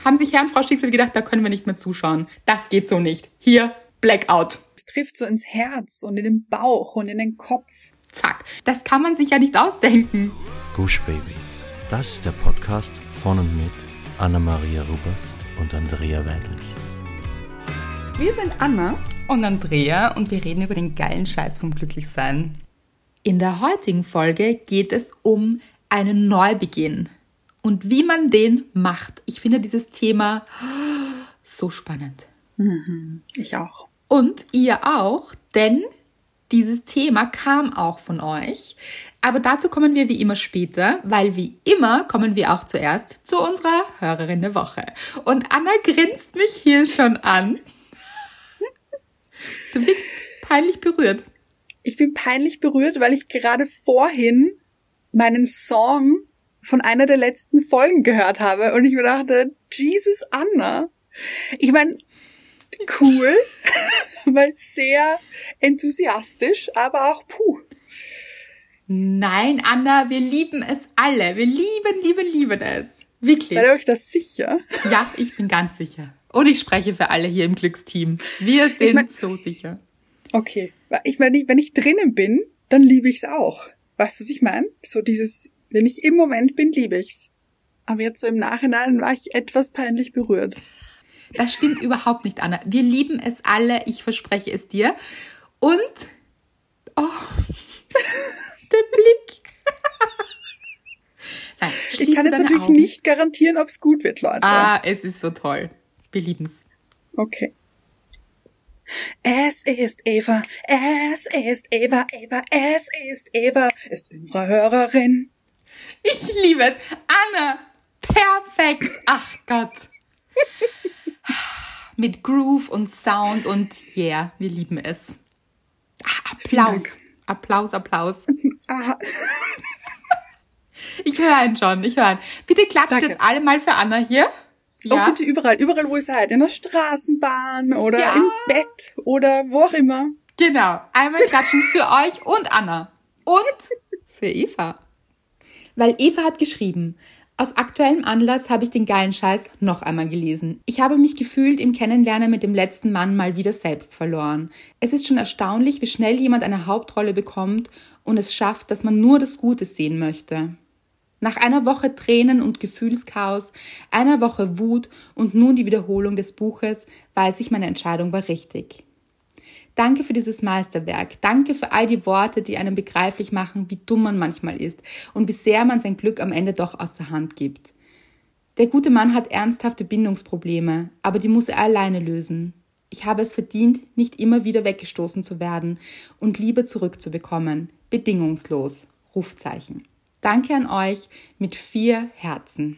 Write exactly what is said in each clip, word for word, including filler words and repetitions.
haben sich Herr und Frau Schicksal gedacht, da können wir nicht mehr zuschauen. Das geht so nicht. Hier, Blackout. Es trifft so ins Herz und in den Bauch und in den Kopf. Zack. Das kann man sich ja nicht ausdenken. Gush Baby. Das ist der Podcast von und mit Anna-Maria Rubers und Andrea Weidlich. Wir sind Anna und Andrea und wir reden über den geilen Scheiß vom Glücklichsein. In der heutigen Folge geht es um einen Neubeginn und wie man den macht. Ich finde dieses Thema so spannend. Mhm, ich auch. Und ihr auch, denn dieses Thema kam auch von euch. Aber dazu kommen wir wie immer später, weil wie immer kommen wir auch zuerst zu unserer Hörerin der Woche. Und Anna grinst mich hier schon an. Du bist peinlich berührt. Ich bin peinlich berührt, weil ich gerade vorhin meinen Song von einer der letzten Folgen gehört habe und ich mir dachte, Jesus, Anna. Ich meine, cool, weil sehr enthusiastisch, aber auch puh. Nein, Anna, wir lieben es alle. Wir lieben, lieben, lieben es. Wirklich. Seid ihr euch das sicher? Ja, ich bin ganz sicher. Und ich spreche für alle hier im Glücksteam. Wir sind ich mein, so sicher. Okay. Ich meine, wenn ich drinnen bin, dann liebe ich's auch. Weißt du, was ich meine? So dieses, wenn ich im Moment bin, liebe ich's. Aber jetzt so im Nachhinein war ich etwas peinlich berührt. Das stimmt überhaupt nicht, Anna. Wir lieben es alle, ich verspreche es dir. Und, oh, der Blick. Nein, ich kann jetzt natürlich Augen. nicht garantieren, ob es gut wird, Leute. Ah, es ist so toll. Wir lieben's. Okay. Es ist Eva, es ist Eva, Eva, es ist Eva, ist unsere Hörerin. Ich liebe es. Anna, perfekt. Ach Gott. Mit Groove und Sound und yeah, wir lieben es. Ach, Applaus. Applaus, Applaus. Aha. Ich höre ihn schon, ich höre ihn. Bitte klatscht Danke. Jetzt alle mal für Anna hier. Ja. Oh, bitte überall, überall, wo ihr seid. In der Straßenbahn oder ja. im Bett oder wo auch immer. Genau, einmal klatschen für euch und Anna. Und für Eva. Weil Eva hat geschrieben, aus aktuellem Anlass habe ich den geilen Scheiß noch einmal gelesen. Ich habe mich gefühlt im Kennenlernen mit dem letzten Mann mal wieder selbst verloren. Es ist schon erstaunlich, wie schnell jemand eine Hauptrolle bekommt und es schafft, dass man nur das Gute sehen möchte. Nach einer Woche Tränen und Gefühlschaos, einer Woche Wut und nun die Wiederholung des Buches, weiß ich, meine Entscheidung war richtig. Danke für dieses Meisterwerk. Danke für all die Worte, die einem begreiflich machen, wie dumm man manchmal ist und wie sehr man sein Glück am Ende doch aus der Hand gibt. Der gute Mann hat ernsthafte Bindungsprobleme, aber die muss er alleine lösen. Ich habe es verdient, nicht immer wieder weggestoßen zu werden und Liebe zurückzubekommen. Bedingungslos. Rufzeichen. Danke an euch mit vier Herzen.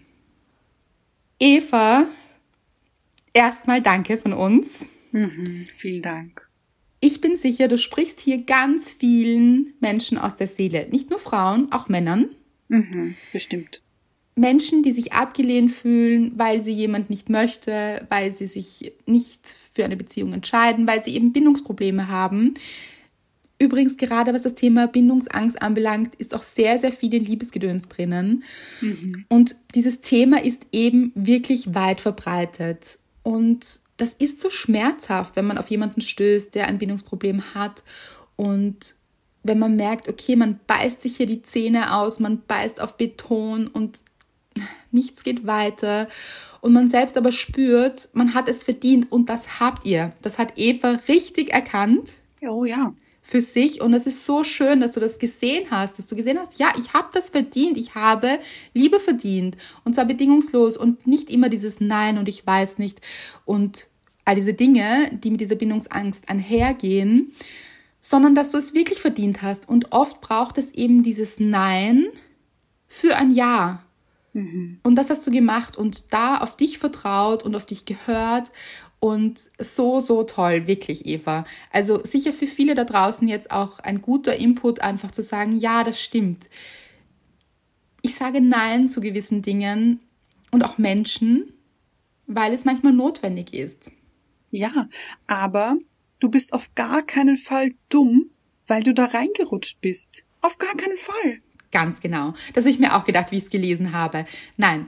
Eva, erstmal danke von uns. Mhm, vielen Dank. Ich bin sicher, du sprichst hier ganz vielen Menschen aus der Seele. Nicht nur Frauen, auch Männern. Mhm, bestimmt. Menschen, die sich abgelehnt fühlen, weil sie jemand nicht möchte, weil sie sich nicht für eine Beziehung entscheiden, weil sie eben Bindungsprobleme haben. Übrigens, gerade was das Thema Bindungsangst anbelangt, ist auch sehr, sehr viel Liebesgedöns drinnen. Mhm. Und dieses Thema ist eben wirklich weit verbreitet. Und das ist so schmerzhaft, wenn man auf jemanden stößt, der ein Bindungsproblem hat. Und wenn man merkt, okay, man beißt sich hier die Zähne aus, man beißt auf Beton und nichts geht weiter. Und man selbst aber spürt, man hat es verdient und das habt ihr. Das hat Eva richtig erkannt. Oh ja. Für sich und es ist so schön, dass du das gesehen hast, dass du gesehen hast, ja, ich habe das verdient, ich habe Liebe verdient und zwar bedingungslos und nicht immer dieses Nein und ich weiß nicht und all diese Dinge, die mit dieser Bindungsangst einhergehen, sondern dass du es wirklich verdient hast und oft braucht es eben dieses Nein für ein Ja. Mhm. Und das hast du gemacht und da auf dich vertraut und auf dich gehört. Und so, so toll, wirklich, Eva. Also sicher für viele da draußen jetzt auch ein guter Input, einfach zu sagen, ja, das stimmt. Ich sage Nein zu gewissen Dingen und auch Menschen, weil es manchmal notwendig ist. Ja, aber du bist auf gar keinen Fall dumm, weil du da reingerutscht bist. Auf gar keinen Fall. Ganz genau. Das habe ich mir auch gedacht, wie ich es gelesen habe. Nein,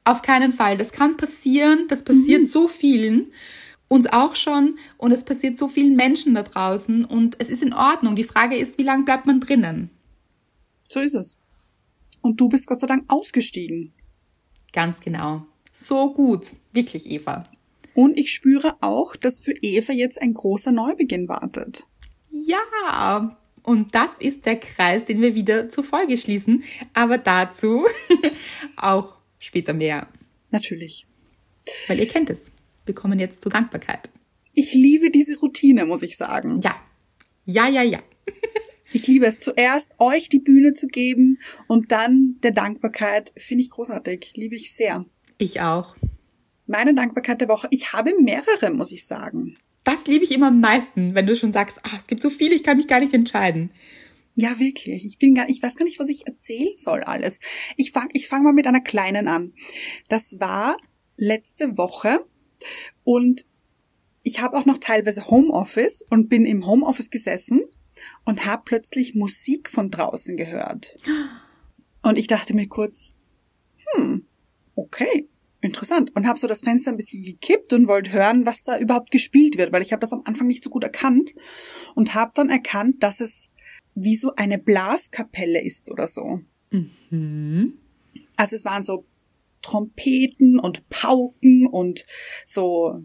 Auf keinen Fall. Das kann passieren. Das passiert mhm. so vielen. Uns auch schon. Und es passiert so vielen Menschen da draußen. Und es ist in Ordnung. Die Frage ist, wie lange bleibt man drinnen? So ist es. Und du bist Gott sei Dank ausgestiegen. Ganz genau. So gut. Wirklich, Eva. Und ich spüre auch, dass für Eva jetzt ein großer Neubeginn wartet. Ja, und das ist der Kreis, den wir wieder zur Folge schließen. Aber dazu auch später mehr. Natürlich. Weil ihr kennt es. Wir kommen jetzt zur Dankbarkeit. Ich liebe diese Routine, muss ich sagen. Ja. Ja, ja, ja. Ich liebe es, zuerst euch die Bühne zu geben und dann der Dankbarkeit. Finde ich großartig. Liebe ich sehr. Ich auch. Meine Dankbarkeit der Woche. Ich habe mehrere, muss ich sagen. Das liebe ich immer am meisten, wenn du schon sagst, ach, es gibt so viele, ich kann mich gar nicht entscheiden. Ja, wirklich. Ich bin gar, ich weiß gar nicht, was ich erzählen soll alles. Ich fang, ich fang mal mit einer kleinen an. Das war letzte Woche und ich habe auch noch teilweise Homeoffice und bin im Homeoffice gesessen und habe plötzlich Musik von draußen gehört. Und ich dachte mir kurz, hm, okay, interessant. Und habe so das Fenster ein bisschen gekippt und wollte hören, was da überhaupt gespielt wird, weil ich habe das am Anfang nicht so gut erkannt und habe dann erkannt, dass es wie so eine Blaskapelle ist oder so. Mhm. Also es waren so Trompeten und Pauken und so.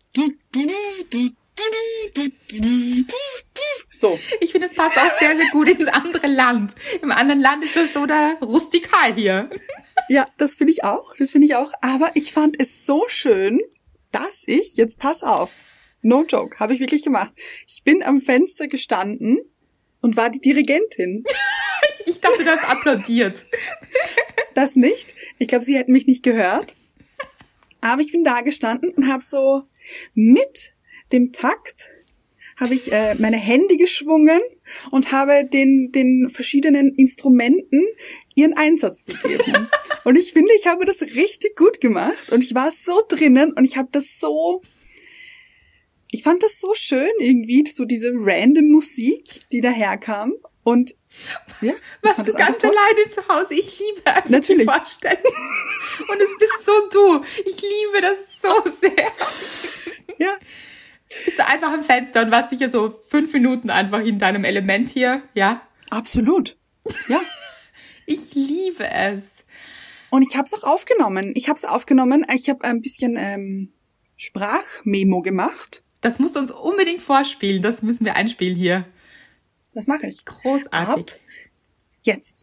So. Ich finde, es passt auch sehr, sehr gut ins andere Land. Im anderen Land ist das so da rustikal hier. Ja, das finde ich auch, das finde ich auch. Aber ich fand es so schön, dass ich, jetzt pass auf, no joke, habe ich wirklich gemacht. Ich bin am Fenster gestanden und war die Dirigentin. Ich dachte, du hast applaudiert. Das nicht. Ich glaube, sie hätten mich nicht gehört. Aber ich bin da gestanden und habe so mit dem Takt habe ich äh, meine Hände geschwungen und habe den den verschiedenen Instrumenten ihren Einsatz gegeben. Und ich finde, ich habe das richtig gut gemacht und ich war so drinnen und ich habe das so, ich fand das so schön irgendwie, so diese random Musik, die daherkam und ja. Warst du ganz alleine zu Hause? Ich liebe einfach Natürlich. Die Vorstellung. Und es bist so du. Ich liebe das so sehr. Ja. Bist du einfach am Fenster und warst sicher so fünf Minuten einfach in deinem Element hier, ja? Absolut. Ja. Ich liebe es. Und ich habe es auch aufgenommen. Ich habe es aufgenommen. Ich habe ein bisschen ähm, Sprachmemo gemacht. Das musst du uns unbedingt vorspielen. Das müssen wir einspielen hier. Das mache ich. Großartig. Ab jetzt.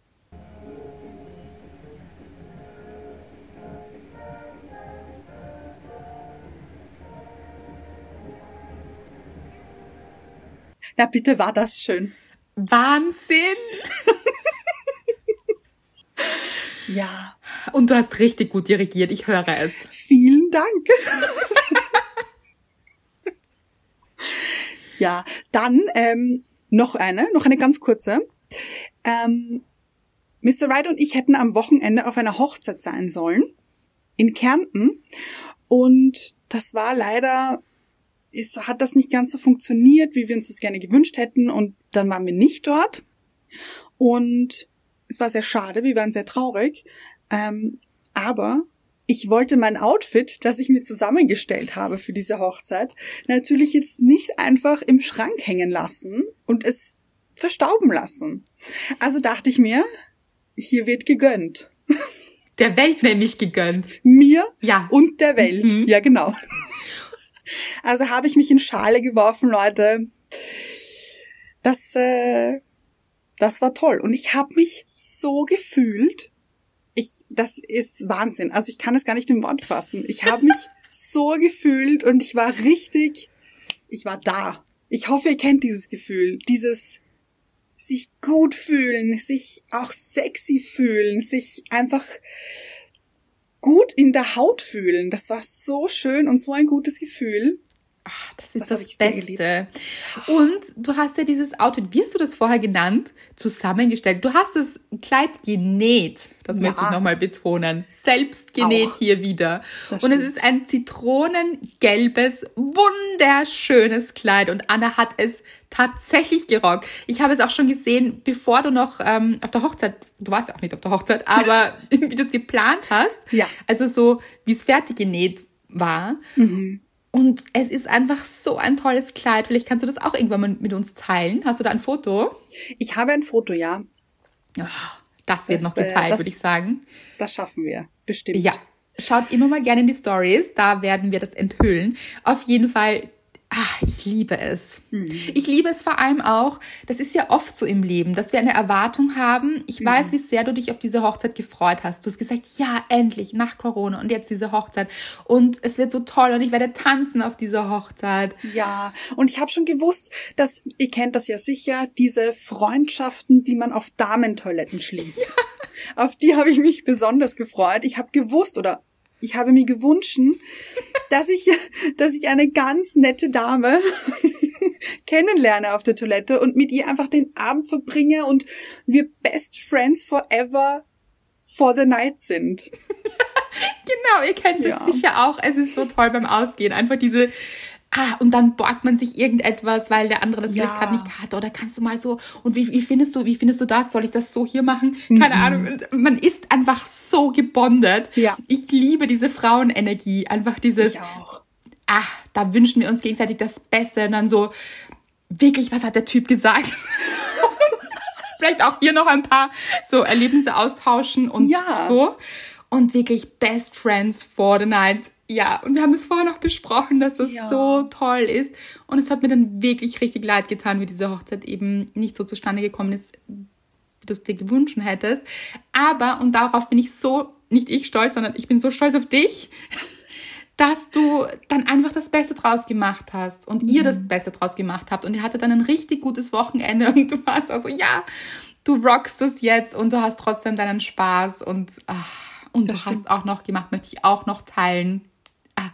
Na bitte, war das schön. Wahnsinn. Ja. Und du hast richtig gut dirigiert. Ich höre es. Vielen Dank. Ja, dann ähm, noch eine, noch eine ganz kurze. Ähm, Mister Wright und ich hätten am Wochenende auf einer Hochzeit sein sollen in Kärnten und das war leider, es hat das nicht ganz so funktioniert, wie wir uns das gerne gewünscht hätten und dann waren wir nicht dort und es war sehr schade, wir waren sehr traurig, ähm, aber ich wollte mein Outfit, das ich mir zusammengestellt habe für diese Hochzeit, natürlich jetzt nicht einfach im Schrank hängen lassen und es verstauben lassen. Also dachte ich mir, hier wird gegönnt. Der Welt nämlich gegönnt. Mir ja. Und der Welt. Mhm. Ja, genau. Also habe ich mich in Schale geworfen, Leute. Das, äh, das war toll. Und ich habe mich so gefühlt. Ich, das ist Wahnsinn. Also ich kann es gar nicht in Wort fassen. Ich habe mich so gefühlt und ich war richtig, ich war da. Ich hoffe, ihr kennt dieses Gefühl. Dieses sich gut fühlen, sich auch sexy fühlen, sich einfach gut in der Haut fühlen. Das war so schön und so ein gutes Gefühl. Ach, das ist das, das Beste. Und du hast ja dieses Outfit, wie hast du das vorher genannt, zusammengestellt. Du hast das Kleid genäht. Das ja. möchte ich nochmal betonen. Selbst genäht auch. Hier wieder. Das und stimmt. Es ist ein zitronengelbes, wunderschönes Kleid. Und Anna hat es tatsächlich gerockt. Ich habe es auch schon gesehen, bevor du noch ähm, auf der Hochzeit, du warst ja auch nicht auf der Hochzeit, aber wie du es geplant hast. Ja. Also so, wie es fertig genäht war. Mhm. Und es ist einfach so ein tolles Kleid. Vielleicht kannst du das auch irgendwann mal mit uns teilen. Hast du da ein Foto? Ich habe ein Foto, ja. Oh, das wird das, noch geteilt, äh, würde ich sagen. Das schaffen wir, bestimmt. Ja, schaut immer mal gerne in die Stories. Da werden wir das enthüllen. Auf jeden Fall, ach, ich liebe es. Mhm. Ich liebe es vor allem auch, das ist ja oft so im Leben, dass wir eine Erwartung haben. Ich mhm. weiß, wie sehr du dich auf diese Hochzeit gefreut hast. Du hast gesagt, ja, endlich, nach Corona und jetzt diese Hochzeit. Und es wird so toll und ich werde tanzen auf dieser Hochzeit. Ja, und ich habe schon gewusst, dass, ihr kennt das ja sicher, diese Freundschaften, die man auf Damentoiletten schließt. Ja. Auf die habe ich mich besonders gefreut. Ich habe gewusst, oder ich habe mir gewünscht, dass ich, dass ich eine ganz nette Dame kennenlerne auf der Toilette und mit ihr einfach den Abend verbringe und wir Best Friends forever for the night sind. Genau, ihr kennt das ja. sicher auch. Es ist so toll beim Ausgehen. Einfach diese, ah, und dann borgt man sich irgendetwas, weil der andere das ja. vielleicht gerade nicht hat. Oder kannst du mal so, und wie, wie findest du, wie findest du das? Soll ich das so hier machen? Keine mhm. Ahnung. Man ist einfach so gebondet. Ja. Ich liebe diese Frauenenergie. Einfach dieses, ich auch. Ah, da wünschen wir uns gegenseitig das Beste. Und dann so, wirklich, was hat der Typ gesagt? Vielleicht auch hier noch ein paar so Erlebnisse austauschen und ja. so. Und wirklich Best Friends for the night. Ja, und wir haben das vorher noch besprochen, dass das ja. so toll ist. Und es hat mir dann wirklich richtig leid getan, wie diese Hochzeit eben nicht so zustande gekommen ist, wie du es dir gewünscht hättest. Aber, und darauf bin ich so, nicht ich stolz, sondern ich bin so stolz auf dich, dass du dann einfach das Beste draus gemacht hast und mhm. ihr das Beste draus gemacht habt. Und ihr hattet dann ein richtig gutes Wochenende und du warst also, ja, du rockst es jetzt und du hast trotzdem deinen Spaß und, ach, und das du stimmt. Hast auch noch gemacht, möchte ich auch noch teilen, ah,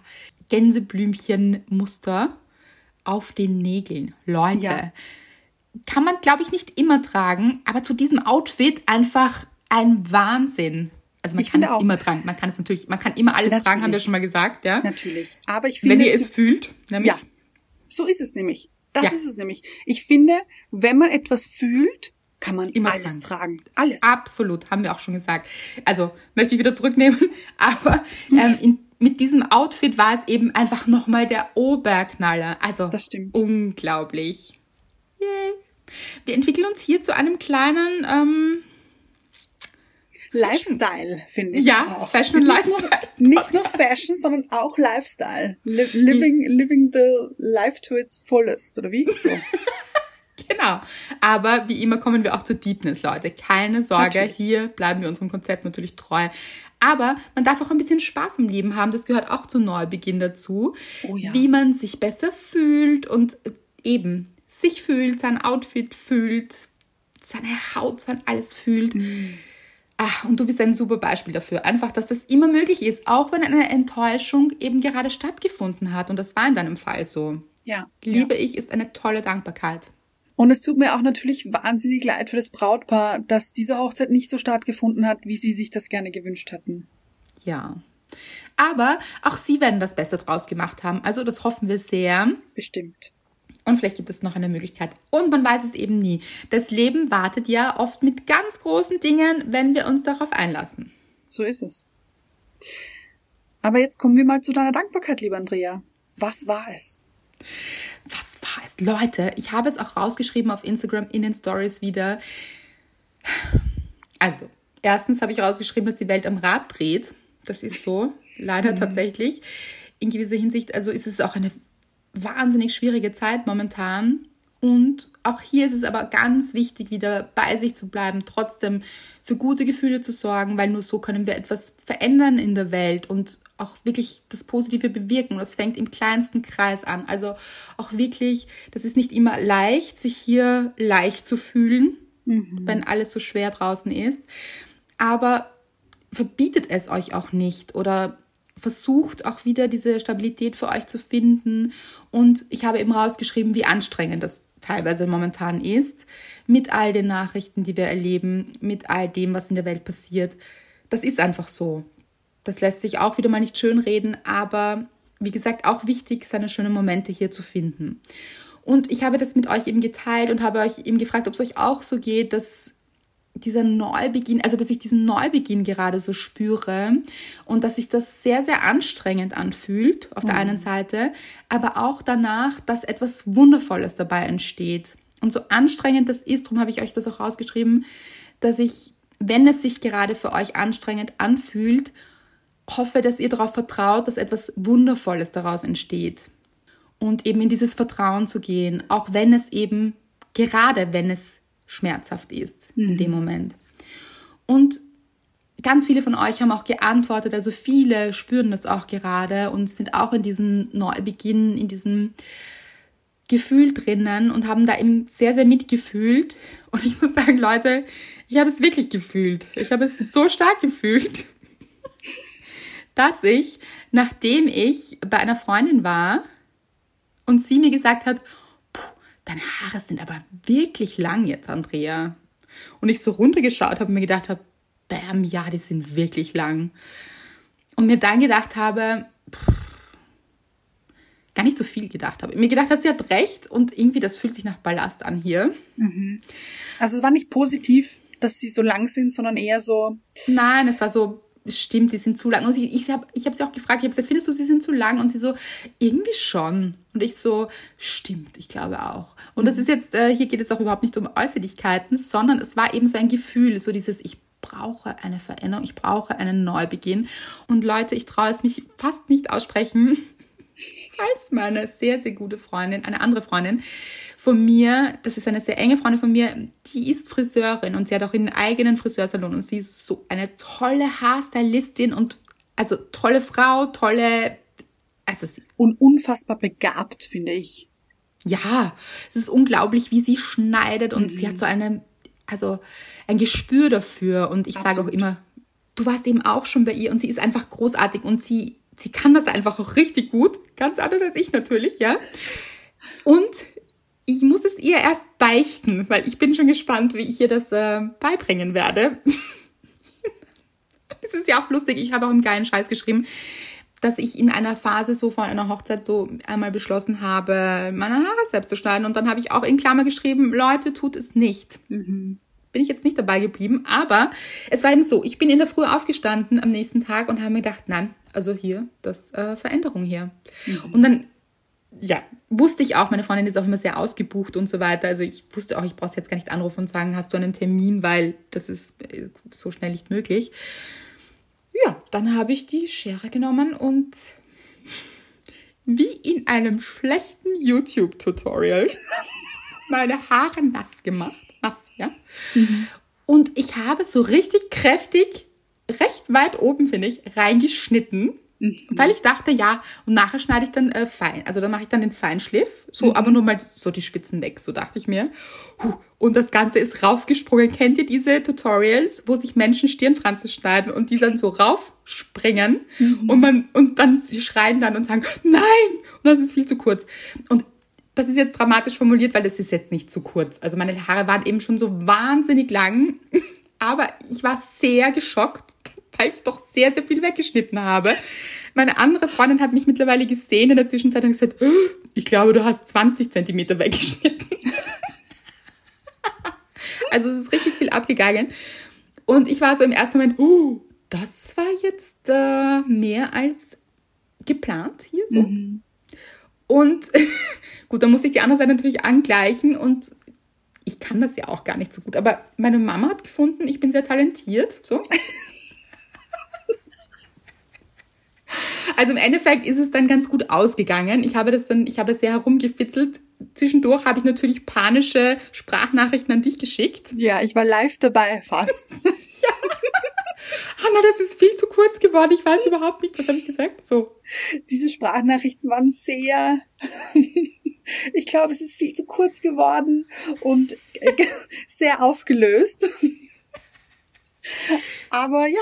Gänseblümchenmuster auf den Nägeln. Leute, ja. kann man, glaube ich, nicht immer tragen, aber zu diesem Outfit einfach ein Wahnsinn. Also man ich kann es auch. immer tragen. Man kann es natürlich, man kann immer alles natürlich. tragen, haben wir schon mal gesagt, ja. Natürlich. Aber ich finde, wenn ihr es fühlt, nämlich. Ja. So ist es nämlich. Das ja. ist es nämlich. Ich finde, wenn man etwas fühlt, kann man immer alles tragen. tragen. Alles. Absolut, haben wir auch schon gesagt. Also möchte ich wieder zurücknehmen, aber ähm, in, mit diesem Outfit war es eben einfach nochmal der Oberknaller. Also das stimmt. Unglaublich. Yay. Wir entwickeln uns hier zu einem kleinen ähm, Lifestyle, finde ich. Ja, auch. Fashion und Lifestyle. Nur, nicht nur Fashion, sondern auch Lifestyle. Li- living, living the life to its fullest, oder wie? So. Genau. Aber wie immer kommen wir auch zu Deepness, Leute. Keine Sorge, natürlich. Hier bleiben wir unserem Konzept natürlich treu. Aber man darf auch ein bisschen Spaß im Leben haben. Das gehört auch zu Neubeginn dazu. Oh ja. Wie man sich besser fühlt und eben sich fühlt, sein Outfit fühlt, seine Haut, sein alles fühlt. Mhm. Ach, und du bist ein super Beispiel dafür. Einfach, dass das immer möglich ist, auch wenn eine Enttäuschung eben gerade stattgefunden hat. Und das war in deinem Fall so. Ja. Liebe ja. ich ist eine tolle Dankbarkeit. Und es tut mir auch natürlich wahnsinnig leid für das Brautpaar, dass diese Hochzeit nicht so stattgefunden hat, wie sie sich das gerne gewünscht hatten. Ja. Aber auch sie werden das Beste draus gemacht haben. Also das hoffen wir sehr. Bestimmt. Und vielleicht gibt es noch eine Möglichkeit. Und man weiß es eben nie. Das Leben wartet ja oft mit ganz großen Dingen, wenn wir uns darauf einlassen. So ist es. Aber jetzt kommen wir mal zu deiner Dankbarkeit, liebe Andrea. Was war es? Was war es? Leute, ich habe es auch rausgeschrieben auf Instagram in den Stories wieder. Also, erstens habe ich rausgeschrieben, dass die Welt am Rad dreht. Das ist so, leider mhm. tatsächlich. In gewisser Hinsicht, also ist es auch eine wahnsinnig schwierige Zeit momentan. Und auch hier ist es aber ganz wichtig, wieder bei sich zu bleiben, trotzdem für gute Gefühle zu sorgen, weil nur so können wir etwas verändern in der Welt und auch wirklich das Positive bewirken. Und das fängt im kleinsten Kreis an. Also auch wirklich, das ist nicht immer leicht, sich hier leicht zu fühlen, mhm. wenn alles so schwer draußen ist. Aber verbietet es euch auch nicht oder versucht auch wieder diese Stabilität für euch zu finden. Und ich habe eben rausgeschrieben, wie anstrengend das teilweise momentan ist, mit all den Nachrichten, die wir erleben, mit all dem, was in der Welt passiert. Das ist einfach so. Das lässt sich auch wieder mal nicht schönreden, aber wie gesagt, auch wichtig, seine schönen Momente hier zu finden. Und ich habe das mit euch eben geteilt und habe euch eben gefragt, ob es euch auch so geht, dass dieser Neubeginn, also dass ich diesen Neubeginn gerade so spüre und dass sich das sehr, sehr anstrengend anfühlt auf der mhm. einen Seite, aber auch danach, dass etwas Wundervolles dabei entsteht. Und so anstrengend das ist, darum habe ich euch das auch rausgeschrieben, dass ich, wenn es sich gerade für euch anstrengend anfühlt, hoffe, dass ihr darauf vertraut, dass etwas Wundervolles daraus entsteht. Und eben in dieses Vertrauen zu gehen, auch wenn es eben, gerade wenn es schmerzhaft ist mhm. in dem Moment. Und ganz viele von euch haben auch geantwortet, also viele spüren das auch gerade und sind auch in diesem Neubeginn, in diesem Gefühl drinnen und haben da eben sehr, sehr mitgefühlt. Und ich muss sagen, Leute, ich habe es wirklich gefühlt. Ich habe es so stark gefühlt, dass ich, nachdem ich bei einer Freundin war und sie mir gesagt hat, deine Haare sind aber wirklich lang jetzt, Andrea. Und ich so runtergeschaut habe und mir gedacht habe, bam, ja, die sind wirklich lang. Und mir dann gedacht habe, pff, gar nicht so viel gedacht habe. Mir gedacht habe, sie hat recht und irgendwie, das fühlt sich nach Ballast an hier. Mhm. Also es war nicht positiv, dass sie so lang sind, sondern eher so... Nein, es war so... Stimmt, die sind zu lang. Und ich, ich habe ich hab sie auch gefragt, ich habe gesagt, findest du, sie sind zu lang? Und sie so, irgendwie schon. Und ich so, stimmt, ich glaube auch. Und das ist jetzt, äh, hier geht es auch überhaupt nicht um Äußerlichkeiten, sondern es war eben so ein Gefühl, so dieses, ich brauche eine Veränderung, ich brauche einen Neubeginn. Und Leute, ich traue es mich fast nicht aussprechen, als meine sehr, sehr gute Freundin, eine andere Freundin von mir, das ist eine sehr enge Freundin von mir, die ist Friseurin und sie hat auch einen eigenen Friseursalon und sie ist so eine tolle Haarstylistin und also tolle Frau, tolle, also sie, und unfassbar begabt, finde ich. Ja, es ist unglaublich, wie sie schneidet und mhm. sie hat so eine, also ein Gespür dafür und ich Absolut. sage auch immer, du warst eben auch schon bei ihr und sie ist einfach großartig und sie Sie kann das einfach auch richtig gut, ganz anders als ich natürlich, ja. Und ich muss es ihr erst beichten, weil ich bin schon gespannt, wie ich ihr das äh, beibringen werde. Es ist ja auch lustig, ich habe auch einen geilen Scheiß geschrieben, dass ich in einer Phase so von einer Hochzeit so einmal beschlossen habe, meine Haare selbst zu schneiden. Und dann habe ich auch in Klammer geschrieben, Leute, tut es nicht. Mhm. Bin ich jetzt nicht dabei geblieben, aber es war eben so, ich bin in der Früh aufgestanden am nächsten Tag und habe mir gedacht, nein, also hier, das äh, Veränderung hier. Mhm. Und dann, ja, wusste ich auch, meine Freundin ist auch immer sehr ausgebucht und so weiter, also ich wusste auch, ich brauche jetzt gar nicht anrufen und sagen, hast du einen Termin, weil das ist äh, so schnell nicht möglich. Ja, dann habe ich die Schere genommen und wie in einem schlechten YouTube-Tutorial meine Haare nass gemacht. Nass, ja. Mhm. Und ich habe so richtig kräftig, recht weit oben, finde ich, reingeschnitten, mhm. weil ich dachte, ja, und nachher schneide ich dann äh, fein. Also dann mache ich dann den Feinschliff, so, mhm. aber nur mal so die Spitzen weg, so dachte ich mir. Und das Ganze ist raufgesprungen. Kennt ihr diese Tutorials, wo sich Menschen Stirnfransen schneiden und die dann so raufspringen mhm. und man und dann sie schreien dann und sagen, nein, und das ist viel zu kurz. Und das ist jetzt dramatisch formuliert, weil das ist jetzt nicht zu kurz. Also meine Haare waren eben schon so wahnsinnig lang, aber ich war sehr geschockt, weil ich doch sehr, sehr viel weggeschnitten habe. Meine andere Freundin hat mich mittlerweile gesehen in der Zwischenzeit und gesagt, oh, ich glaube, du hast zwanzig Zentimeter weggeschnitten. Also es ist richtig viel abgegangen. Und ich war so im ersten Moment, oh, das war jetzt äh, mehr als geplant hier so. Mhm. Und gut, dann muss ich die andere Seite natürlich angleichen und ich kann das ja auch gar nicht so gut. Aber meine Mama hat gefunden, ich bin sehr talentiert. So. Also im Endeffekt ist es dann ganz gut ausgegangen. Ich habe das dann, ich habe sehr herumgefitzelt. Zwischendurch habe ich natürlich panische Sprachnachrichten an dich geschickt. Ja, ich war live dabei fast. Ja. Hanna, das ist viel zu kurz geworden. Ich weiß überhaupt nicht, was habe ich gesagt? So. Diese Sprachnachrichten waren sehr, ich glaube, es ist viel zu kurz geworden und sehr aufgelöst. Aber ja,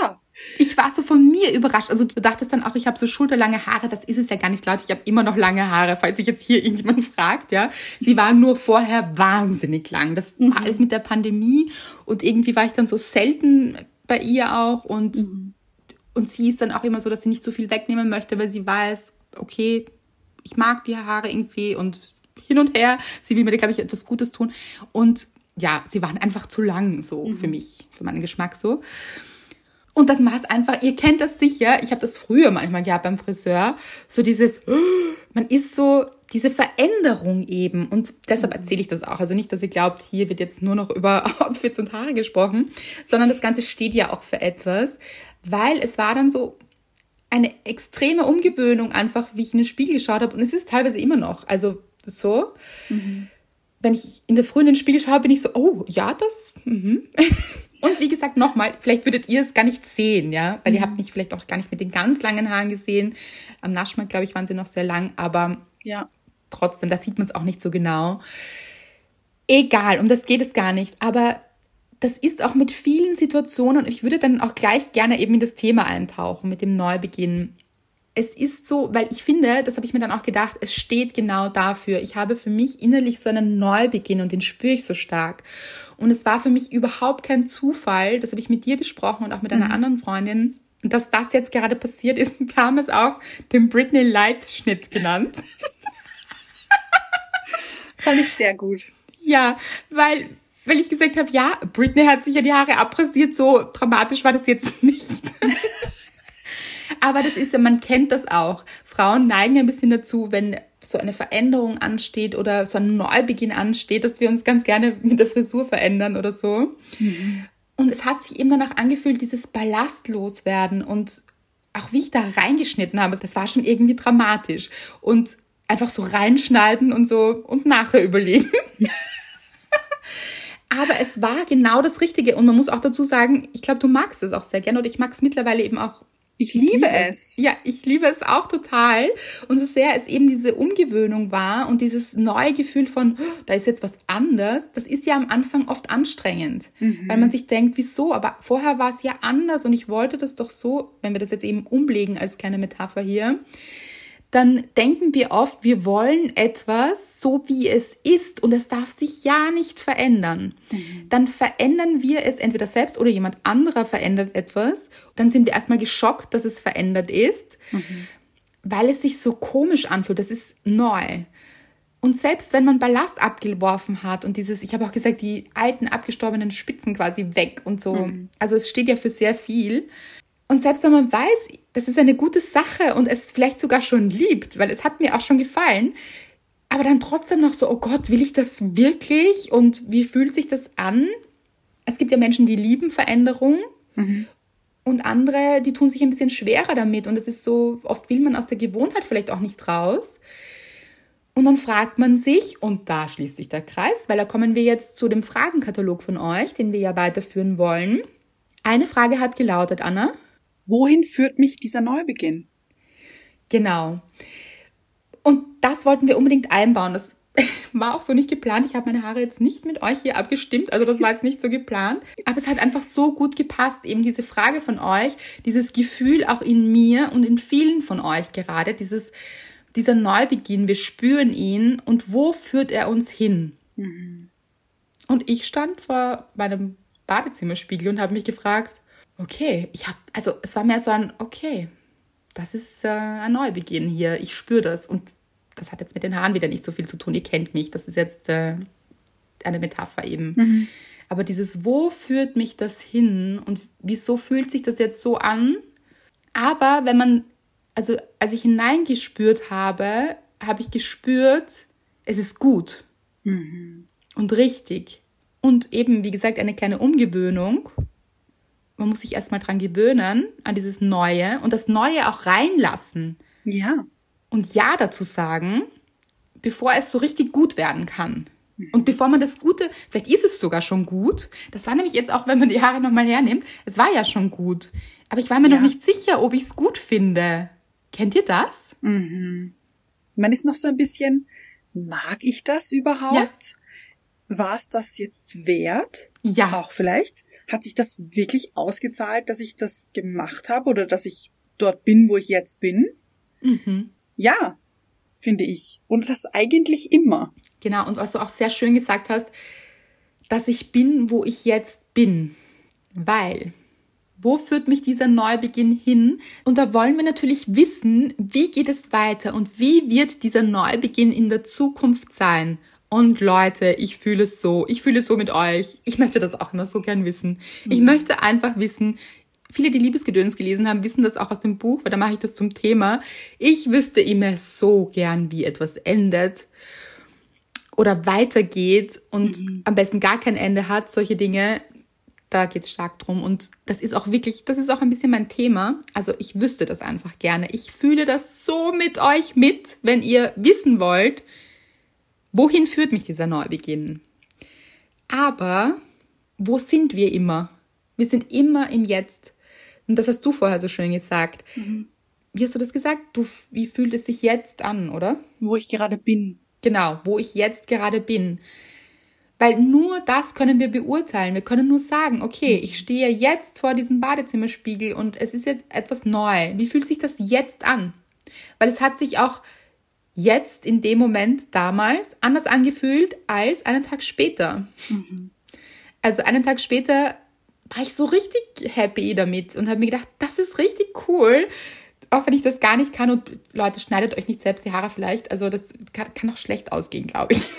Ich war so von mir überrascht. Also du dachtest dann auch, ich habe so schulterlange Haare. Das ist es ja gar nicht, Leute. Ich habe immer noch lange Haare, falls sich jetzt hier irgendjemand fragt. Ja, sie waren nur vorher wahnsinnig lang. Das mhm. war alles mit der Pandemie. Und irgendwie war ich dann so selten bei ihr auch. Und, mhm. und sie ist dann auch immer so, dass sie nicht so viel wegnehmen möchte, weil sie weiß, okay, ich mag die Haare irgendwie und hin und her. Sie will mir da, glaube ich, etwas Gutes tun. Und ja, sie waren einfach zu lang so mhm. für mich, für meinen Geschmack so. Und dann war es einfach, ihr kennt das sicher, ich habe das früher manchmal gehabt beim Friseur, so dieses, man ist so, diese Veränderung eben. Und deshalb erzähle ich das auch. Also nicht, dass ihr glaubt, hier wird jetzt nur noch über Outfits und Haare gesprochen, sondern das Ganze steht ja auch für etwas, weil es war dann so eine extreme Umgewöhnung einfach, wie ich in den Spiegel geschaut habe. Und es ist teilweise immer noch, also so. Mhm. Wenn ich in der Früh in den Spiegel schaue, bin ich so, oh, ja, das, mhm. Und wie gesagt, nochmal, vielleicht würdet ihr es gar nicht sehen, ja, weil mhm. ihr habt mich vielleicht auch gar nicht mit den ganz langen Haaren gesehen. Am Naschmarkt, glaube ich, waren sie noch sehr lang, aber ja. Trotzdem, da sieht man es auch nicht so genau. Egal, um das geht es gar nicht, aber das ist auch mit vielen Situationen, und ich würde dann auch gleich gerne eben in das Thema eintauchen, mit dem Neubeginn. Es ist so, weil ich finde, das habe ich mir dann auch gedacht, es steht genau dafür. Ich habe für mich innerlich so einen Neubeginn und den spüre ich so stark. Und es war für mich überhaupt kein Zufall, das habe ich mit dir besprochen und auch mit einer mhm. anderen Freundin. Und dass das jetzt gerade passiert ist, wir haben es auch den Britney Light Schnitt genannt. Fand ich sehr gut. Ja, weil, weil ich gesagt habe, ja, Britney hat sich ja die Haare abrasiert, so dramatisch war das jetzt nicht. Aber das ist ja, man kennt das auch. Frauen neigen ein bisschen dazu, wenn so eine Veränderung ansteht oder so ein Neubeginn ansteht, dass wir uns ganz gerne mit der Frisur verändern oder so. Mhm. Und es hat sich eben danach angefühlt, dieses ballastlos werden und auch wie ich da reingeschnitten habe, das war schon irgendwie dramatisch. Und einfach so reinschneiden und so und nachher überlegen. Aber es war genau das Richtige. Und man muss auch dazu sagen, ich glaube, du magst es auch sehr gerne oder ich mag es mittlerweile eben auch. Ich liebe es. Ja, ich liebe es auch total. Und so sehr es eben diese Umgewöhnung war und dieses neue Gefühl von, oh, da ist jetzt was anders, das ist ja am Anfang oft anstrengend. Mhm. Weil man sich denkt, wieso? Aber vorher war es ja anders und ich wollte das doch so, wenn wir das jetzt eben umlegen als kleine Metapher hier, dann denken wir oft, wir wollen etwas so, wie es ist und es darf sich ja nicht verändern. Mhm. Dann verändern wir es entweder selbst oder jemand anderer verändert etwas. Dann sind wir erstmal geschockt, dass es verändert ist, mhm. weil es sich so komisch anfühlt. Das ist neu. Und selbst wenn man Ballast abgeworfen hat und dieses, ich habe auch gesagt, die alten abgestorbenen Spitzen quasi weg und so. Mhm. Also es steht ja für sehr viel. Und selbst wenn man weiß, das ist eine gute Sache und es vielleicht sogar schon liebt, weil es hat mir auch schon gefallen, aber dann trotzdem noch so, oh Gott, will ich das wirklich und wie fühlt sich das an? Es gibt ja Menschen, die lieben Veränderung mhm. und andere, die tun sich ein bisschen schwerer damit und es ist so, oft will man aus der Gewohnheit vielleicht auch nicht raus. Und dann fragt man sich, und da schließt sich der Kreis, weil da kommen wir jetzt zu dem Fragenkatalog von euch, den wir ja weiterführen wollen. Eine Frage hat gelautet, Anna. Wohin führt mich dieser Neubeginn? Genau. Und das wollten wir unbedingt einbauen. Das war auch so nicht geplant. Ich habe meine Haare jetzt nicht mit euch hier abgestimmt. Also das war jetzt nicht so geplant. Aber es hat einfach so gut gepasst. Eben diese Frage von euch, dieses Gefühl auch in mir und in vielen von euch gerade. Dieses, dieser Neubeginn, wir spüren ihn. Und wo führt er uns hin? Mhm. Und ich stand vor meinem Badezimmerspiegel und habe mich gefragt, okay, ich habe, also es war mehr so ein, okay, das ist äh, ein Neubeginn hier, ich spüre das und das hat jetzt mit den Haaren wieder nicht so viel zu tun, ihr kennt mich, das ist jetzt äh, eine Metapher eben. Mhm. Aber dieses, wo führt mich das hin und wieso fühlt sich das jetzt so an? Aber wenn man, also als ich hineingespürt habe, habe ich gespürt, es ist gut mhm. und richtig. Und eben, wie gesagt, eine kleine Umgewöhnung. Man muss sich erstmal dran gewöhnen, an dieses Neue und das Neue auch reinlassen. Ja. Und Ja dazu sagen, bevor es so richtig gut werden kann. Mhm. Und bevor man das Gute, vielleicht ist es sogar schon gut. Das war nämlich jetzt auch, wenn man die Haare nochmal hernimmt, es war ja schon gut. Aber ich war mir ja. noch nicht sicher, ob ich es gut finde. Kennt ihr das? Mhm. Man ist noch so ein bisschen, mag ich das überhaupt? Ja. war es das jetzt wert? Ja. Auch vielleicht? Hat sich das wirklich ausgezahlt, dass ich das gemacht habe oder dass ich dort bin, wo ich jetzt bin? Mhm. Ja, finde ich. Und das eigentlich immer. Genau, und was du auch sehr schön gesagt hast, dass ich bin, wo ich jetzt bin. Weil, wo führt mich dieser Neubeginn hin? Und da wollen wir natürlich wissen, wie geht es weiter und wie wird dieser Neubeginn in der Zukunft sein? Und Leute, ich fühle es so, ich fühle es so mit euch. Ich möchte das auch immer so gern wissen. Mhm. Ich möchte einfach wissen, viele, die Liebesgedöns gelesen haben, wissen das auch aus dem Buch, weil da mache ich das zum Thema. Ich wüsste immer so gern, wie etwas endet oder weitergeht und mhm. am besten gar kein Ende hat, solche Dinge. Da geht es stark drum und das ist auch wirklich, das ist auch ein bisschen mein Thema. Also ich wüsste das einfach gerne. Ich fühle das so mit euch mit, wenn ihr wissen wollt, wohin führt mich dieser Neubeginn? Aber wo sind wir immer? Wir sind immer im Jetzt. Und das hast du vorher so schön gesagt. Mhm. Wie hast du das gesagt? Du, wie fühlt es sich jetzt an, oder? Wo ich gerade bin. Genau, wo ich jetzt gerade bin. Weil nur das können wir beurteilen. Wir können nur sagen, okay, ich stehe jetzt vor diesem Badezimmerspiegel und es ist jetzt etwas neu. Wie fühlt sich das jetzt an? Weil es hat sich auch jetzt in dem Moment damals anders angefühlt als einen Tag später. Mhm. Also einen Tag später war ich so richtig happy damit und habe mir gedacht, das ist richtig cool, auch wenn ich das gar nicht kann. Und Leute, schneidet euch nicht selbst die Haare vielleicht. Also das kann, kann auch schlecht ausgehen, glaube ich.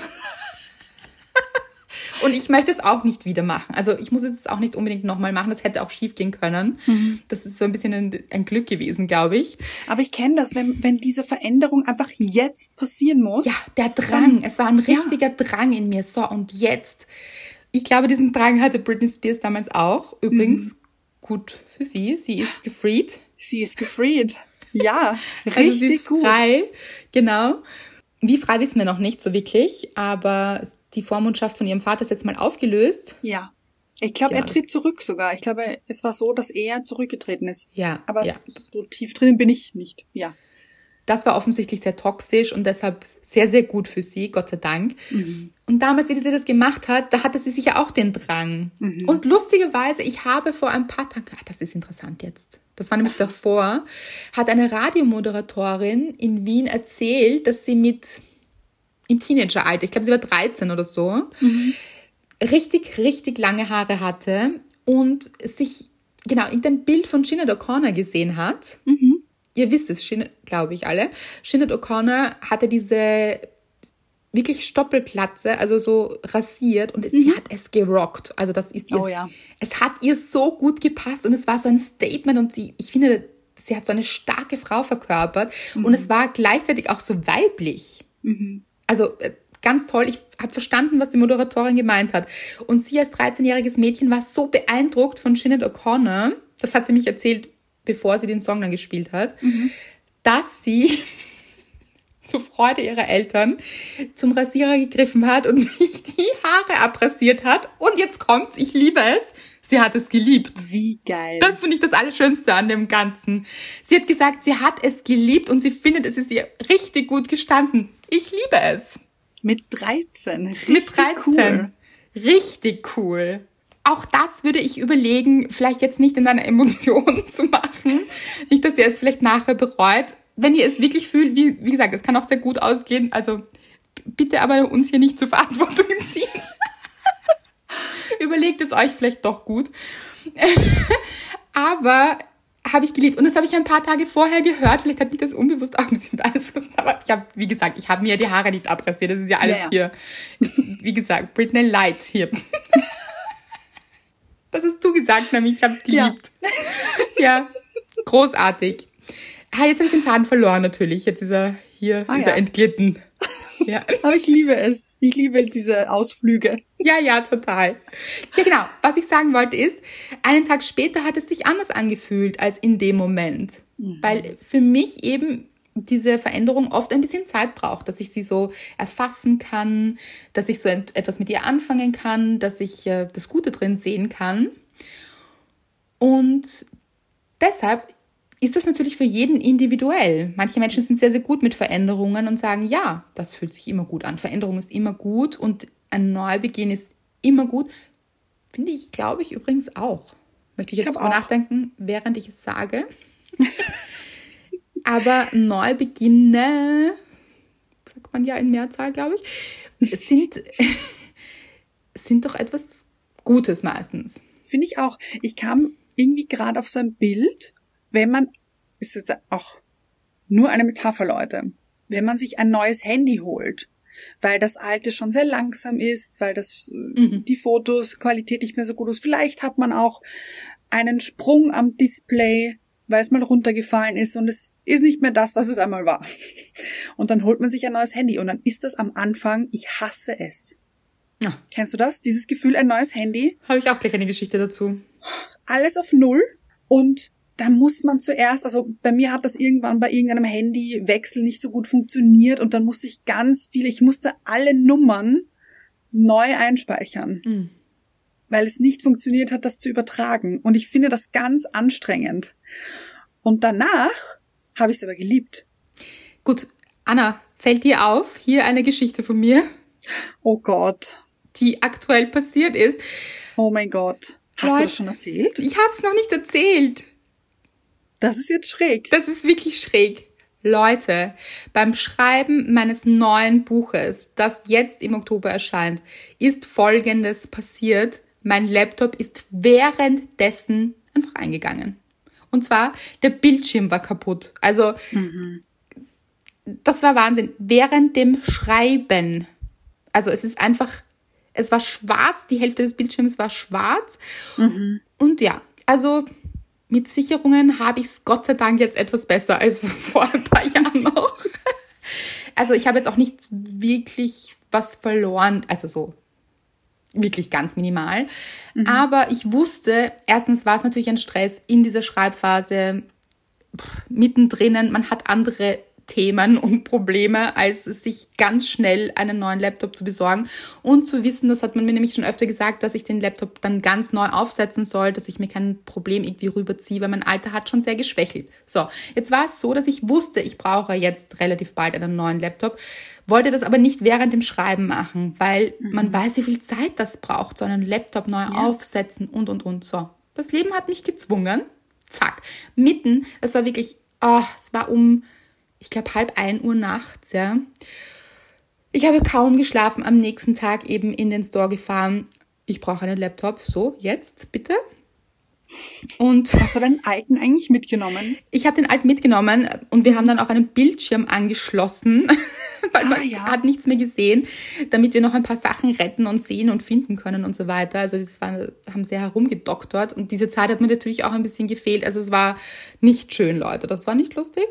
Und ich möchte es auch nicht wieder machen. Also ich muss es auch nicht unbedingt nochmal machen. Das hätte auch schief gehen können. Mhm. Das ist so ein bisschen ein, ein Glück gewesen, glaube ich. Aber ich kenne das, wenn, wenn diese Veränderung einfach jetzt passieren muss. Ja, der Drang. Es war ein richtiger ja. Drang in mir. So, und jetzt. Ich glaube, diesen Drang hatte Britney Spears damals auch. Übrigens, mhm. gut für sie. Sie ist gefreed. Sie ist gefreed. Ja, richtig also sie ist gut. Frei. Genau. Wie frei wissen wir noch nicht so wirklich. Aber die Vormundschaft von ihrem Vater ist jetzt mal aufgelöst. Ja. Ich glaube, genau. Er tritt zurück sogar. Ich glaube, es war so, dass er zurückgetreten ist. Ja. Aber ja. so tief drinnen bin ich nicht. Ja. Das war offensichtlich sehr toxisch und deshalb sehr, sehr gut für sie, Gott sei Dank. Mhm. Und damals, wie sie das gemacht hat, da hatte sie sicher auch den Drang. Mhm. Und lustigerweise, ich habe vor ein paar Tagen, ach, das ist interessant jetzt, das war nämlich davor, hat eine Radiomoderatorin in Wien erzählt, dass sie mit im Teenageralter, ich glaube, sie war dreizehn oder so, mhm. richtig, richtig lange Haare hatte und sich, genau, irgendein Bild von Sinead O'Connor gesehen hat. Mhm. Ihr wisst es, glaube ich, alle. Sinead O'Connor hatte diese wirklich Stoppelplatze, also so rasiert und mhm. sie hat es gerockt. Also das ist ihr, oh, ja. es hat ihr so gut gepasst und es war so ein Statement und sie, ich finde, sie hat so eine starke Frau verkörpert mhm. und es war gleichzeitig auch so weiblich. Mhm. Also ganz toll, ich habe verstanden, was die Moderatorin gemeint hat. Und sie als dreizehnjähriges Mädchen war so beeindruckt von Sinead O'Connor, das hat sie mich erzählt, bevor sie den Song dann gespielt hat, mhm. dass sie zur Freude ihrer Eltern zum Rasierer gegriffen hat und sich die Haare abrasiert hat. Und jetzt kommt's, ich liebe es, sie hat es geliebt. Wie geil. Das finde ich das Allerschönste an dem Ganzen. Sie hat gesagt, sie hat es geliebt und sie findet, es ist ihr richtig gut gestanden. Ich liebe es. Mit dreizehn. Richtig Mit dreizehn. Cool. Richtig cool. Auch das würde ich überlegen, vielleicht jetzt nicht in deiner Emotion zu machen. Nicht, dass ihr es vielleicht nachher bereut. Wenn ihr es wirklich fühlt, wie, wie gesagt, es kann auch sehr gut ausgehen. Also bitte aber uns hier nicht zur Verantwortung ziehen. Überlegt es euch vielleicht doch gut. Aber habe ich geliebt. Und das habe ich ein paar Tage vorher gehört. Vielleicht hat mich das unbewusst auch ein bisschen beeinflusst. Aber ich habe, wie gesagt, ich habe mir die Haare nicht abrasiert. Das ist ja alles ja, ja. hier. Wie gesagt, Britney Light hier. Das hast du gesagt, nämlich ich habe es geliebt. Ja. ja, großartig. Ah, jetzt habe ich den Faden verloren natürlich. Jetzt ist er hier, ah, ist er ja. entglitten. Ja. Aber ich liebe es. Ich liebe diese Ausflüge. Ja, ja, total. Ja, genau. Was ich sagen wollte ist, einen Tag später hat es sich anders angefühlt als in dem Moment. Mhm. Weil für mich eben diese Veränderung oft ein bisschen Zeit braucht, dass ich sie so erfassen kann, dass ich so etwas mit ihr anfangen kann, dass ich äh, das Gute drin sehen kann. Und deshalb ist das natürlich für jeden individuell. Manche Menschen sind sehr, sehr gut mit Veränderungen und sagen, ja, das fühlt sich immer gut an. Veränderung ist immer gut und ein Neubeginn ist immer gut. Finde ich, glaube ich, übrigens auch. Möchte ich jetzt drüber nachdenken, während ich es sage. Aber Neubeginne, sagt man ja in Mehrzahl, glaube ich, sind, sind doch etwas Gutes meistens. Finde ich auch. Ich kam irgendwie gerade auf so ein Bild, wenn man, ist jetzt auch nur eine Metapher, Leute, wenn man sich ein neues Handy holt, weil das alte schon sehr langsam ist, weil das mhm. die Fotos, Qualität nicht mehr so gut ist. Vielleicht hat man auch einen Sprung am Display, weil es mal runtergefallen ist und es ist nicht mehr das, was es einmal war. Und dann holt man sich ein neues Handy und dann ist das am Anfang, ich hasse es. Ja. Kennst du das? Dieses Gefühl, ein neues Handy? Habe ich auch gleich eine Geschichte dazu. Alles auf Null und da muss man zuerst, also bei mir hat das irgendwann bei irgendeinem Handywechsel nicht so gut funktioniert und dann musste ich ganz viele, ich musste alle Nummern neu einspeichern, mhm. weil es nicht funktioniert hat, das zu übertragen. Und ich finde das ganz anstrengend. Und danach habe ich es aber geliebt. Gut, Anna, fällt dir auf, hier eine Geschichte von mir? Oh Gott. Die aktuell passiert ist. Oh mein Gott. Hast Leute, du das schon erzählt? Ich habe es noch nicht erzählt. Das ist jetzt schräg. Das ist wirklich schräg. Leute, beim Schreiben meines neuen Buches, das jetzt im Oktober erscheint, ist Folgendes passiert. Mein Laptop ist währenddessen einfach eingegangen. Und zwar, der Bildschirm war kaputt. Also, mhm. das war Wahnsinn. Während dem Schreiben. Also, es ist einfach, es war schwarz, die Hälfte des Bildschirms war schwarz. Mhm. Und ja, also mit Sicherungen habe ich es Gott sei Dank jetzt etwas besser als vor ein paar Jahren noch. Also ich habe jetzt auch nicht wirklich was verloren, also so wirklich ganz minimal. Mhm. Aber ich wusste, erstens war es natürlich ein Stress in dieser Schreibphase, pff, mittendrin, man hat andere Themen und Probleme, als sich ganz schnell einen neuen Laptop zu besorgen und zu wissen, das hat man mir nämlich schon öfter gesagt, dass ich den Laptop dann ganz neu aufsetzen soll, dass ich mir kein Problem irgendwie rüberziehe, weil mein alter hat schon sehr geschwächelt. So, jetzt war es so, dass ich wusste, ich brauche jetzt relativ bald einen neuen Laptop, wollte das aber nicht während dem Schreiben machen, weil mhm. man weiß, wie viel Zeit das braucht, so einen Laptop neu ja. aufsetzen und, und, und. So, das Leben hat mich gezwungen. Zack. Mitten, es war wirklich, oh, es war um ich glaube, halb ein Uhr nachts, ja. Ich habe kaum geschlafen, am nächsten Tag eben in den Store gefahren. Ich brauche einen Laptop. So, jetzt, bitte. Und hast du deinen alten eigentlich mitgenommen? Ich habe den alten mitgenommen und wir haben dann auch einen Bildschirm angeschlossen, weil man ah, ja. hat nichts mehr gesehen, damit wir noch ein paar Sachen retten und sehen und finden können und so weiter. Also das war, haben sehr herumgedoktert und diese Zeit hat mir natürlich auch ein bisschen gefehlt. Also es war nicht schön, Leute. Das war nicht lustig.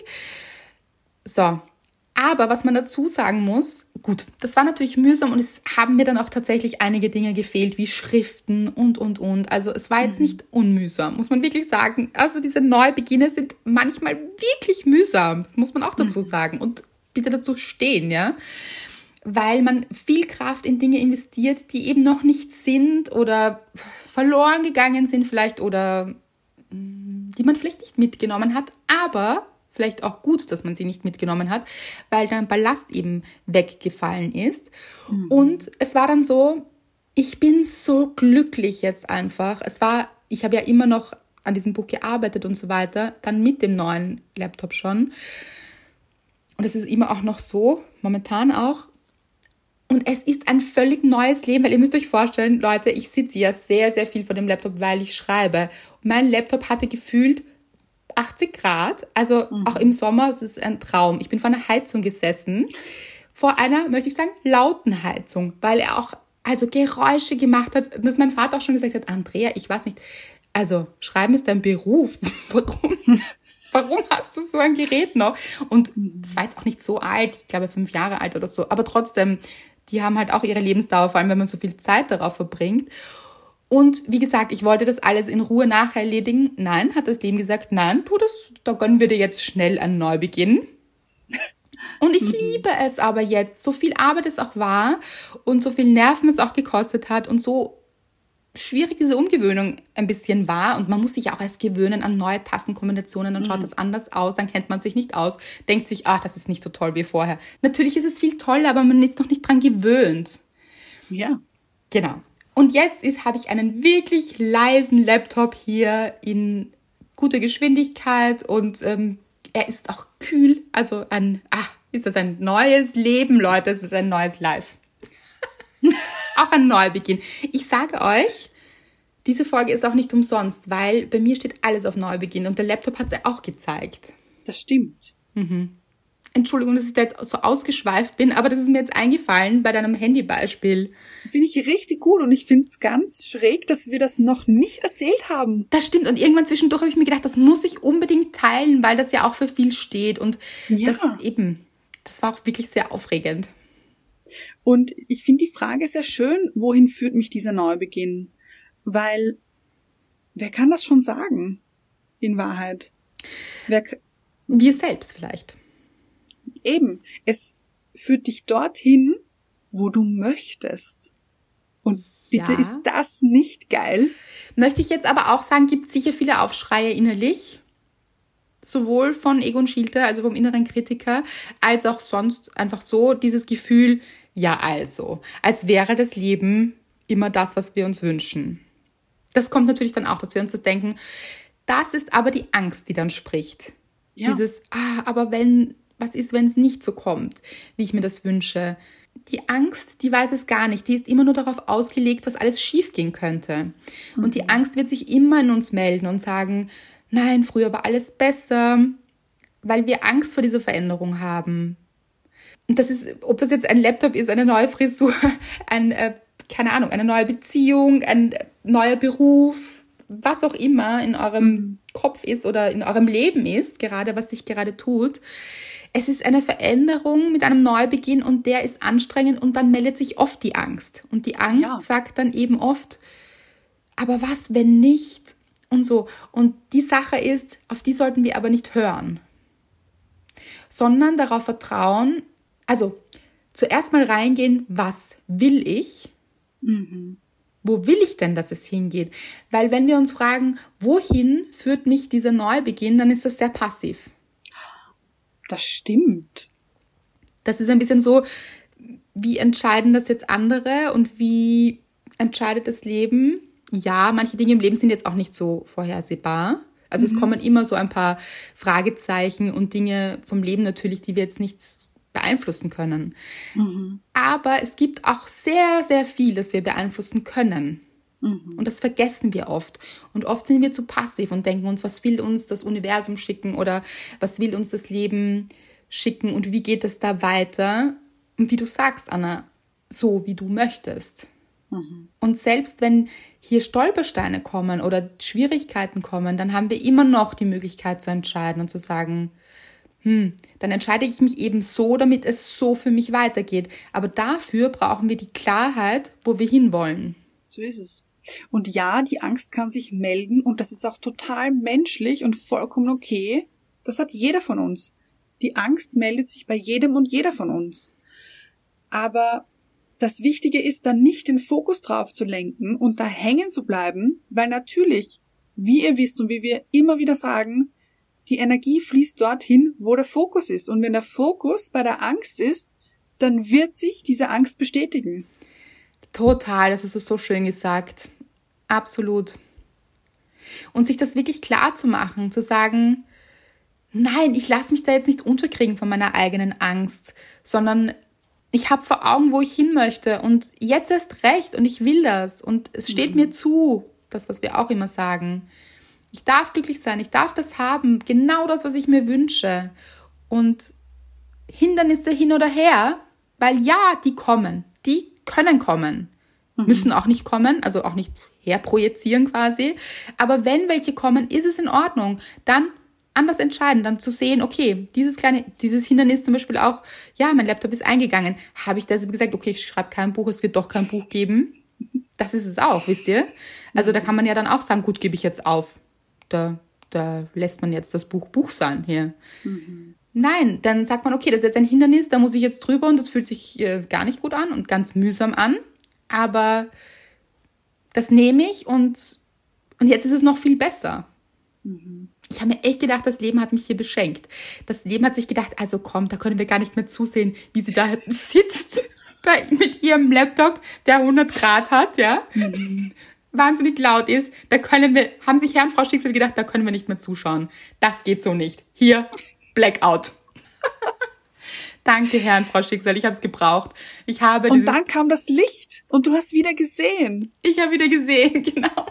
So, aber was man dazu sagen muss, gut, das war natürlich mühsam und es haben mir dann auch tatsächlich einige Dinge gefehlt, wie Schriften und, und, und. Also es war jetzt mhm. nicht unmühsam, muss man wirklich sagen. Also diese Neubeginne sind manchmal wirklich mühsam, das muss man auch dazu sagen und bitte dazu stehen, ja. Weil man viel Kraft in Dinge investiert, die eben noch nicht sind oder verloren gegangen sind vielleicht oder die man vielleicht nicht mitgenommen hat, aber vielleicht auch gut, dass man sie nicht mitgenommen hat, weil dann Ballast eben weggefallen ist. Mhm. Und es war dann so, ich bin so glücklich jetzt einfach. Es war, ich habe ja immer noch an diesem Buch gearbeitet und so weiter, dann mit dem neuen Laptop schon. Und es ist immer auch noch so, momentan auch. Und es ist ein völlig neues Leben, weil ihr müsst euch vorstellen, Leute, ich sitze ja sehr, sehr viel vor dem Laptop, weil ich schreibe. Und mein Laptop hatte gefühlt achtzig Grad, also mhm. auch im Sommer, es ist ein Traum. Ich bin vor einer Heizung gesessen, vor einer, möchte ich sagen, lauten Heizung, weil er auch also Geräusche gemacht hat, dass mein Vater auch schon gesagt hat, Andrea, ich weiß nicht, also Schreiben ist dein Beruf, warum, warum hast du so ein Gerät noch? Und das war jetzt auch nicht so alt, ich glaube fünf Jahre alt oder so, aber trotzdem, die haben halt auch ihre Lebensdauer, vor allem wenn man so viel Zeit darauf verbringt. Und wie gesagt, ich wollte das alles in Ruhe nachher erledigen. Nein, hat das Leben gesagt, nein, tu das, da gönnen wir dir jetzt schnell einen Neubeginn. Und ich liebe es aber jetzt, so viel Arbeit es auch war und so viel Nerven es auch gekostet hat und so schwierig diese Umgewöhnung ein bisschen war. Und man muss sich auch erst gewöhnen an neue Tastenkombinationen, dann schaut mhm. das anders aus, dann kennt man sich nicht aus, denkt sich, ach, das ist nicht so toll wie vorher. Natürlich ist es viel toller, aber man ist noch nicht dran gewöhnt. Ja. Genau. Und jetzt ist, habe ich einen wirklich leisen Laptop hier in guter Geschwindigkeit und ähm, er ist auch kühl. Also ein, ach, ist das ein neues Leben, Leute, es ist ein neues Life. Auch ein Neubeginn. Ich sage euch, diese Folge ist auch nicht umsonst, weil bei mir steht alles auf Neubeginn und der Laptop hat es ja auch gezeigt. Das stimmt. Mhm. Entschuldigung, dass ich da jetzt so ausgeschweift bin, aber das ist mir jetzt eingefallen bei deinem Handybeispiel. Finde ich richtig gut und ich finde es ganz schräg, dass wir das noch nicht erzählt haben. Das stimmt und irgendwann zwischendurch habe ich mir gedacht, das muss ich unbedingt teilen, weil das ja auch für viel steht und Ja. das eben, das war auch wirklich sehr aufregend. Und ich finde die Frage sehr schön, wohin führt mich dieser Neubeginn? Weil, wer kann das schon sagen, in Wahrheit? Wer, k- Wir selbst vielleicht. eben, es führt dich dorthin, wo du möchtest. Und bitte, Ja. ist das nicht geil? Möchte ich jetzt aber auch sagen, gibt sicher viele Aufschreie innerlich, sowohl von Egon Schielter, also vom inneren Kritiker, als auch sonst einfach so dieses Gefühl, ja also, als wäre das Leben immer das, was wir uns wünschen. Das kommt natürlich dann auch, dass wir uns das denken, das ist aber die Angst, die dann spricht. Ja. Dieses, ah, aber wenn, was ist, wenn es nicht so kommt, wie ich mir das wünsche? Die Angst, die weiß es gar nicht. Die ist immer nur darauf ausgelegt, was alles schiefgehen könnte. Mhm. Und die Angst wird sich immer in uns melden und sagen, nein, früher war alles besser, weil wir Angst vor dieser Veränderung haben. Und das ist, ob das jetzt ein Laptop ist, eine neue Frisur, ein, äh, keine Ahnung, eine neue Beziehung, ein neuer Beruf, was auch immer in eurem mhm. Kopf ist oder in eurem Leben ist, gerade was sich gerade tut. Es ist eine Veränderung mit einem Neubeginn und der ist anstrengend und dann meldet sich oft die Angst. Und die Angst Ja. sagt dann eben oft, aber was, wenn nicht? Und so. Und die Sache ist, auf die sollten wir aber nicht hören, sondern darauf vertrauen, also zuerst mal reingehen, was will ich? Mhm. Wo will ich denn, dass es hingeht? Weil wenn wir uns fragen, wohin führt mich dieser Neubeginn, dann ist das sehr passiv. Das stimmt. Das ist ein bisschen so, wie entscheiden das jetzt andere und wie entscheidet das Leben? Ja, manche Dinge im Leben sind jetzt auch nicht so vorhersehbar. Also mhm. es kommen immer so ein paar Fragezeichen und Dinge vom Leben natürlich, die wir jetzt nicht beeinflussen können. Mhm. Aber es gibt auch sehr, sehr viel, das wir beeinflussen können. Mhm. Und das vergessen wir oft. Und oft sind wir zu passiv und denken uns, was will uns das Universum schicken oder was will uns das Leben schicken und wie geht es da weiter? Und wie du sagst, Anna, so wie du möchtest. Mhm. Und selbst wenn hier Stolpersteine kommen oder Schwierigkeiten kommen, dann haben wir immer noch die Möglichkeit zu entscheiden und zu sagen, hm, dann entscheide ich mich eben so, damit es so für mich weitergeht. Aber dafür brauchen wir die Klarheit, wo wir hinwollen. So ist es. Und ja, die Angst kann sich melden und das ist auch total menschlich und vollkommen okay. Das hat jeder von uns. Die Angst meldet sich bei jedem und jeder von uns. Aber das Wichtige ist, dann nicht den Fokus drauf zu lenken und da hängen zu bleiben, weil natürlich, wie ihr wisst und wie wir immer wieder sagen, die Energie fließt dorthin, wo der Fokus ist. Und wenn der Fokus bei der Angst ist, dann wird sich diese Angst bestätigen. Total, das hast du so schön gesagt. Absolut. Und sich das wirklich klar zu machen, zu sagen, nein, ich lasse mich da jetzt nicht unterkriegen von meiner eigenen Angst, sondern ich habe vor Augen, wo ich hin möchte und jetzt erst recht und ich will das und es steht mhm. mir zu, das, was wir auch immer sagen. Ich darf glücklich sein, ich darf das haben, genau das, was ich mir wünsche. Und Hindernisse hin oder her, weil ja, die kommen, die können kommen, mhm. müssen auch nicht kommen, also auch nicht herprojizieren quasi. Aber wenn welche kommen, ist es in Ordnung. Dann anders entscheiden, dann zu sehen, okay, dieses kleine, dieses Hindernis zum Beispiel auch, ja, mein Laptop ist eingegangen. Habe ich deshalb gesagt, okay, ich schreibe kein Buch, es wird doch kein Buch geben. Das ist es auch, wisst ihr? Also da kann man ja dann auch sagen, gut, gebe ich jetzt auf. Da, da lässt man jetzt das Buch Buch sein hier. Mhm. Nein, dann sagt man, okay, das ist jetzt ein Hindernis, da muss ich jetzt drüber und das fühlt sich äh, gar nicht gut an und ganz mühsam an. Aber das nehme ich und, und jetzt ist es noch viel besser. Mhm. Ich habe mir echt gedacht, das Leben hat mich hier beschenkt. Das Leben hat sich gedacht, also komm, da können wir gar nicht mehr zusehen, wie sie da sitzt bei, mit ihrem Laptop, der hundert Grad hat, ja, mhm. wahnsinnig laut ist, da können wir, haben sich Herr und Frau Schicksal gedacht, da können wir nicht mehr zuschauen. Das geht so nicht. Hier, Blackout. Danke, Herr und Frau Schicksal, ich habe es gebraucht. Ich habe und dann kam das Licht und du hast wieder gesehen. Ich habe wieder gesehen, genau.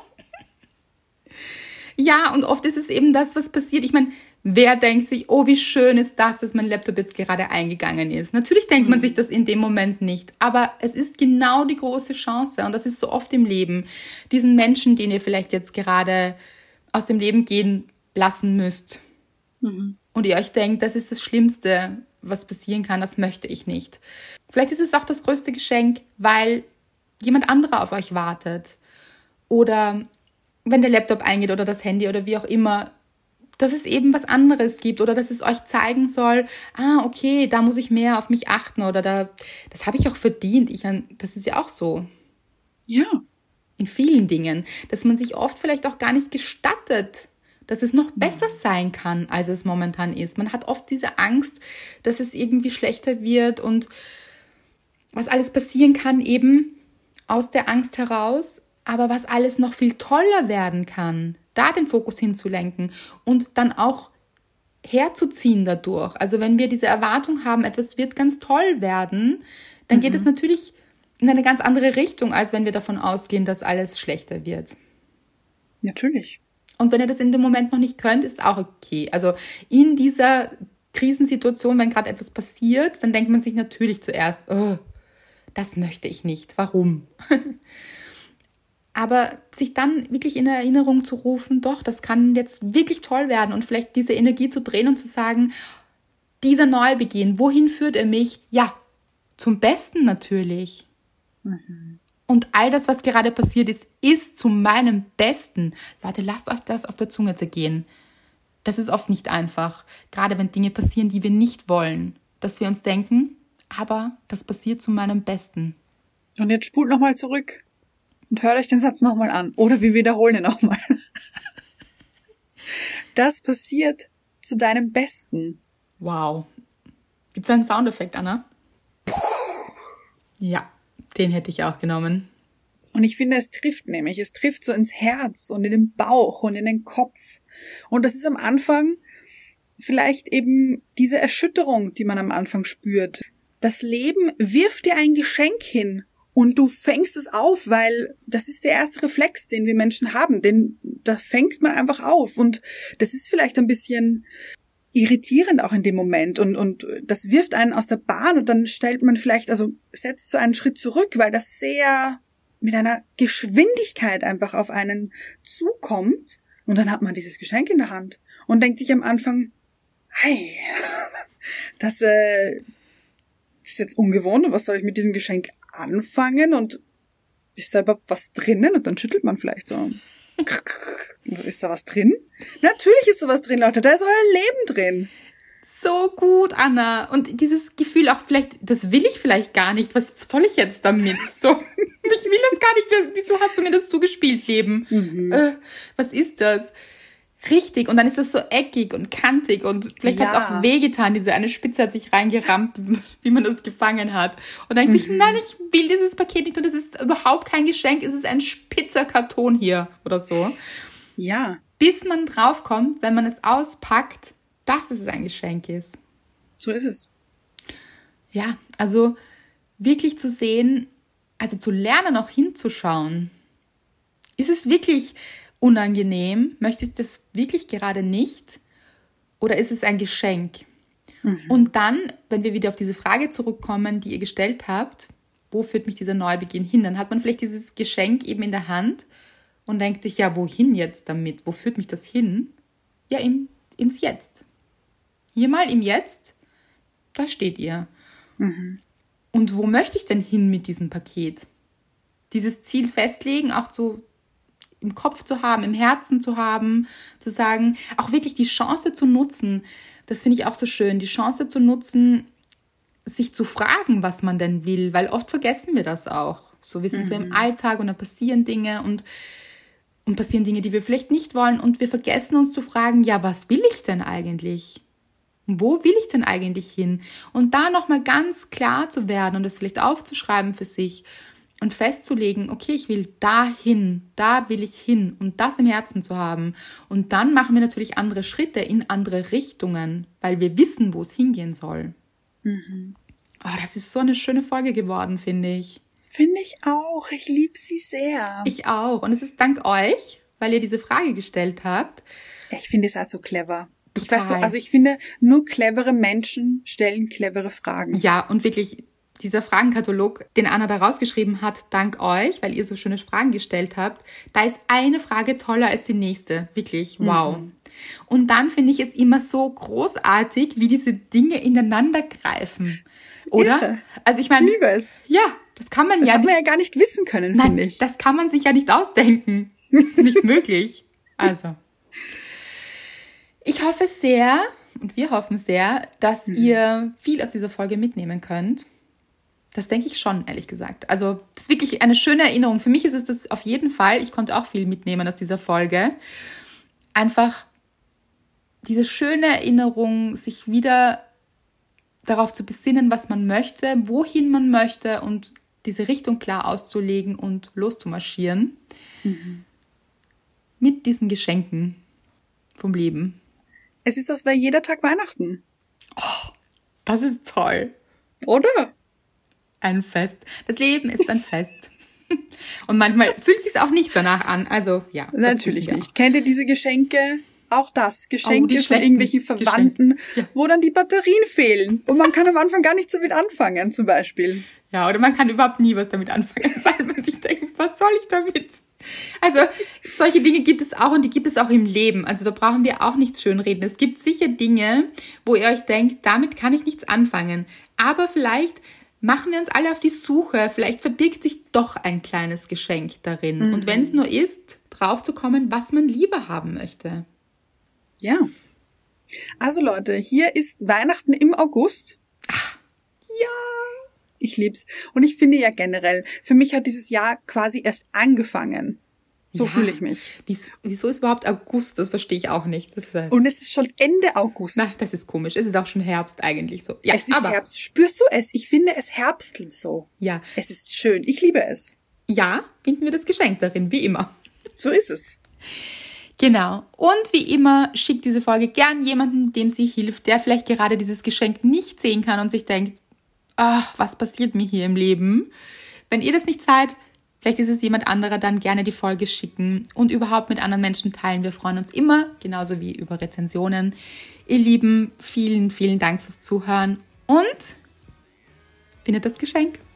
Ja, und oft ist es eben das, was passiert. Ich meine, wer denkt sich, oh, wie schön ist das, dass mein Laptop jetzt gerade eingegangen ist. Natürlich denkt mhm. man sich das in dem Moment nicht, aber es ist genau die große Chance und das ist so oft im Leben. Diesen Menschen, den ihr vielleicht jetzt gerade aus dem Leben gehen lassen müsst mhm. und ihr euch denkt, das ist das Schlimmste, was passieren kann, das möchte ich nicht. Vielleicht ist es auch das größte Geschenk, weil jemand anderer auf euch wartet. Oder wenn der Laptop eingeht oder das Handy oder wie auch immer, dass es eben was anderes gibt oder dass es euch zeigen soll, ah, okay, da muss ich mehr auf mich achten oder da, das habe ich auch verdient. Ich, das ist ja auch so. Ja. In vielen Dingen, dass man sich oft vielleicht auch gar nicht gestattet, dass es noch besser sein kann, als es momentan ist. Man hat oft diese Angst, dass es irgendwie schlechter wird und was alles passieren kann eben aus der Angst heraus, aber was alles noch viel toller werden kann, da den Fokus hinzulenken und dann auch herzuziehen dadurch. Also wenn wir diese Erwartung haben, etwas wird ganz toll werden, dann mhm. geht es natürlich in eine ganz andere Richtung, als wenn wir davon ausgehen, dass alles schlechter wird. Natürlich. Und wenn ihr das in dem Moment noch nicht könnt, ist auch okay. Also in dieser Krisensituation, wenn gerade etwas passiert, dann denkt man sich natürlich zuerst, oh, das möchte ich nicht. Warum? Aber sich dann wirklich in Erinnerung zu rufen, doch, das kann jetzt wirklich toll werden und vielleicht diese Energie zu drehen und zu sagen, dieser Neubeginn, wohin führt er mich? Ja, zum Besten natürlich. Mhm. Und all das, was gerade passiert ist, ist zu meinem Besten. Leute, lasst euch das auf der Zunge zergehen. Das ist oft nicht einfach. Gerade wenn Dinge passieren, die wir nicht wollen. Dass wir uns denken, aber das passiert zu meinem Besten. Und jetzt spult nochmal zurück und hört euch den Satz nochmal an. Oder wir wiederholen ihn nochmal. Das passiert zu deinem Besten. Wow. Gibt es einen Soundeffekt, Anna? Puh. Ja. Den hätte ich auch genommen. Und ich finde, es trifft nämlich. Es trifft so ins Herz und in den Bauch und in den Kopf. Und das ist am Anfang vielleicht eben diese Erschütterung, die man am Anfang spürt. Das Leben wirft dir ein Geschenk hin und du fängst es auf, weil das ist der erste Reflex, den wir Menschen haben. Den, da fängt man einfach auf. Und das ist vielleicht ein bisschen irritierend auch in dem Moment und und das wirft einen aus der Bahn und dann stellt man vielleicht, also setzt so einen Schritt zurück, weil das sehr mit einer Geschwindigkeit einfach auf einen zukommt und dann hat man dieses Geschenk in der Hand und denkt sich am Anfang, hey, das äh, ist jetzt ungewohnt und was soll ich mit diesem Geschenk anfangen und ist da überhaupt was drinnen und dann schüttelt man vielleicht so. Ist da was drin? Natürlich ist da was drin, Leute. Da ist euer Leben drin. So gut, Anna. Und dieses Gefühl auch vielleicht, das will ich vielleicht gar nicht. Was soll ich jetzt damit? So, ich will das gar nicht. Wieso hast du mir das zugespielt, Leben? Mhm. Äh, was ist das? Richtig. Und dann ist das so eckig und kantig und vielleicht ja. hat es auch wehgetan. Diese eine Spitze hat sich reingerammt, wie man das gefangen hat. Und denkt mhm. sich, nein, ich will dieses Paket nicht und es ist überhaupt kein Geschenk. Es ist ein spitzer Karton hier oder so. Ja. Bis man draufkommt, wenn man es auspackt, dass es ein Geschenk ist. So ist es. Ja, also wirklich zu sehen, also zu lernen, auch hinzuschauen. Ist es wirklich unangenehm? Möchtest du das wirklich gerade nicht? Oder ist es ein Geschenk? Mhm. Und dann, wenn wir wieder auf diese Frage zurückkommen, die ihr gestellt habt, wo führt mich dieser Neubeginn hin? Dann hat man vielleicht dieses Geschenk eben in der Hand und denkt sich, ja, wohin jetzt damit? Wo führt mich das hin? Ja, in, ins Jetzt. Hier mal im Jetzt, da steht ihr. Mhm. Und wo möchte ich denn hin mit diesem Paket? Dieses Ziel festlegen, auch so im Kopf zu haben, im Herzen zu haben, zu sagen, auch wirklich die Chance zu nutzen, das finde ich auch so schön, die Chance zu nutzen, sich zu fragen, was man denn will, weil oft vergessen wir das auch. So, wir sind mhm. so im Alltag und dann passieren Dinge und, und passieren Dinge, die wir vielleicht nicht wollen und wir vergessen uns zu fragen, ja, was will ich denn eigentlich? Wo will ich denn eigentlich hin? Und da nochmal ganz klar zu werden und das vielleicht aufzuschreiben für sich und festzulegen, okay, ich will dahin, da will ich hin und das im Herzen zu haben. Und dann machen wir natürlich andere Schritte in andere Richtungen, weil wir wissen, wo es hingehen soll. Mhm. Oh, das ist so eine schöne Folge geworden, finde ich. Finde ich auch. Ich liebe sie sehr. Ich auch. Und es ist dank euch, weil ihr diese Frage gestellt habt. Ich finde es halt so clever. Ich weiß doch, also ich finde, nur clevere Menschen stellen clevere Fragen. Ja, und wirklich dieser Fragenkatalog, den Anna da rausgeschrieben hat, dank euch, weil ihr so schöne Fragen gestellt habt, da ist eine Frage toller als die nächste. Wirklich, wow. Mhm. Und dann finde ich es immer so großartig, wie diese Dinge ineinander greifen. Oder? Irre. Also ich meine, ich liebe es. Ja, das kann man das ja hat nicht. man ja gar nicht wissen können, finde ich. Das kann man sich ja nicht ausdenken. Das ist nicht möglich. Also. Ich hoffe sehr, und wir hoffen sehr, dass mhm. ihr viel aus dieser Folge mitnehmen könnt. Das denke ich schon, ehrlich gesagt. Also das ist wirklich eine schöne Erinnerung. Für mich ist es das auf jeden Fall. Ich konnte auch viel mitnehmen aus dieser Folge. Einfach diese schöne Erinnerung, sich wieder darauf zu besinnen, was man möchte, wohin man möchte und diese Richtung klar auszulegen und loszumarschieren. Mhm. Mit diesen Geschenken vom Leben. Es ist, als wäre jeder Tag Weihnachten. Oh, das ist toll. Oder? Ein Fest. Das Leben ist ein Fest. Und manchmal fühlt es sich auch nicht danach an. Also, ja. Natürlich nicht. Kennt ihr diese Geschenke? Auch das. Geschenke oh, von irgendwelchen Verwandten, ja. wo dann die Batterien fehlen. Und man kann am Anfang gar nichts damit anfangen, zum Beispiel. Ja, oder man kann überhaupt nie was damit anfangen, weil man sich denkt, was soll ich damit? Also, solche Dinge gibt es auch und die gibt es auch im Leben. Also, da brauchen wir auch nichts schönreden. Es gibt sicher Dinge, wo ihr euch denkt, damit kann ich nichts anfangen. Aber vielleicht machen wir uns alle auf die Suche. Vielleicht verbirgt sich doch ein kleines Geschenk darin. Mhm. Und wenn es nur ist, drauf zu kommen, was man lieber haben möchte. Ja. Also Leute, hier ist Weihnachten im August. Ach, ja. Ich lieb's. Und ich finde ja generell, für mich hat dieses Jahr quasi erst angefangen. So ja. fühle ich mich. Wieso ist überhaupt August? Das verstehe ich auch nicht. Das heißt, und es ist schon Ende August. Na, das ist komisch. Es ist auch schon Herbst eigentlich so. Ja, es ist aber Herbst. Spürst du es? Ich finde, es herbstelt so. Ja. Es ist schön. Ich liebe es. Ja, finden wir das Geschenk darin, wie immer. So ist es. Genau. Und wie immer, schickt diese Folge gern jemandem, dem sie hilft, der vielleicht gerade dieses Geschenk nicht sehen kann und sich denkt, ach, was passiert mir hier im Leben? Wenn ihr das nicht seid, vielleicht ist es jemand anderer, dann gerne die Folge schicken und überhaupt mit anderen Menschen teilen. Wir freuen uns immer, genauso wie über Rezensionen. Ihr Lieben, vielen, vielen Dank fürs Zuhören und findet das Geschenk.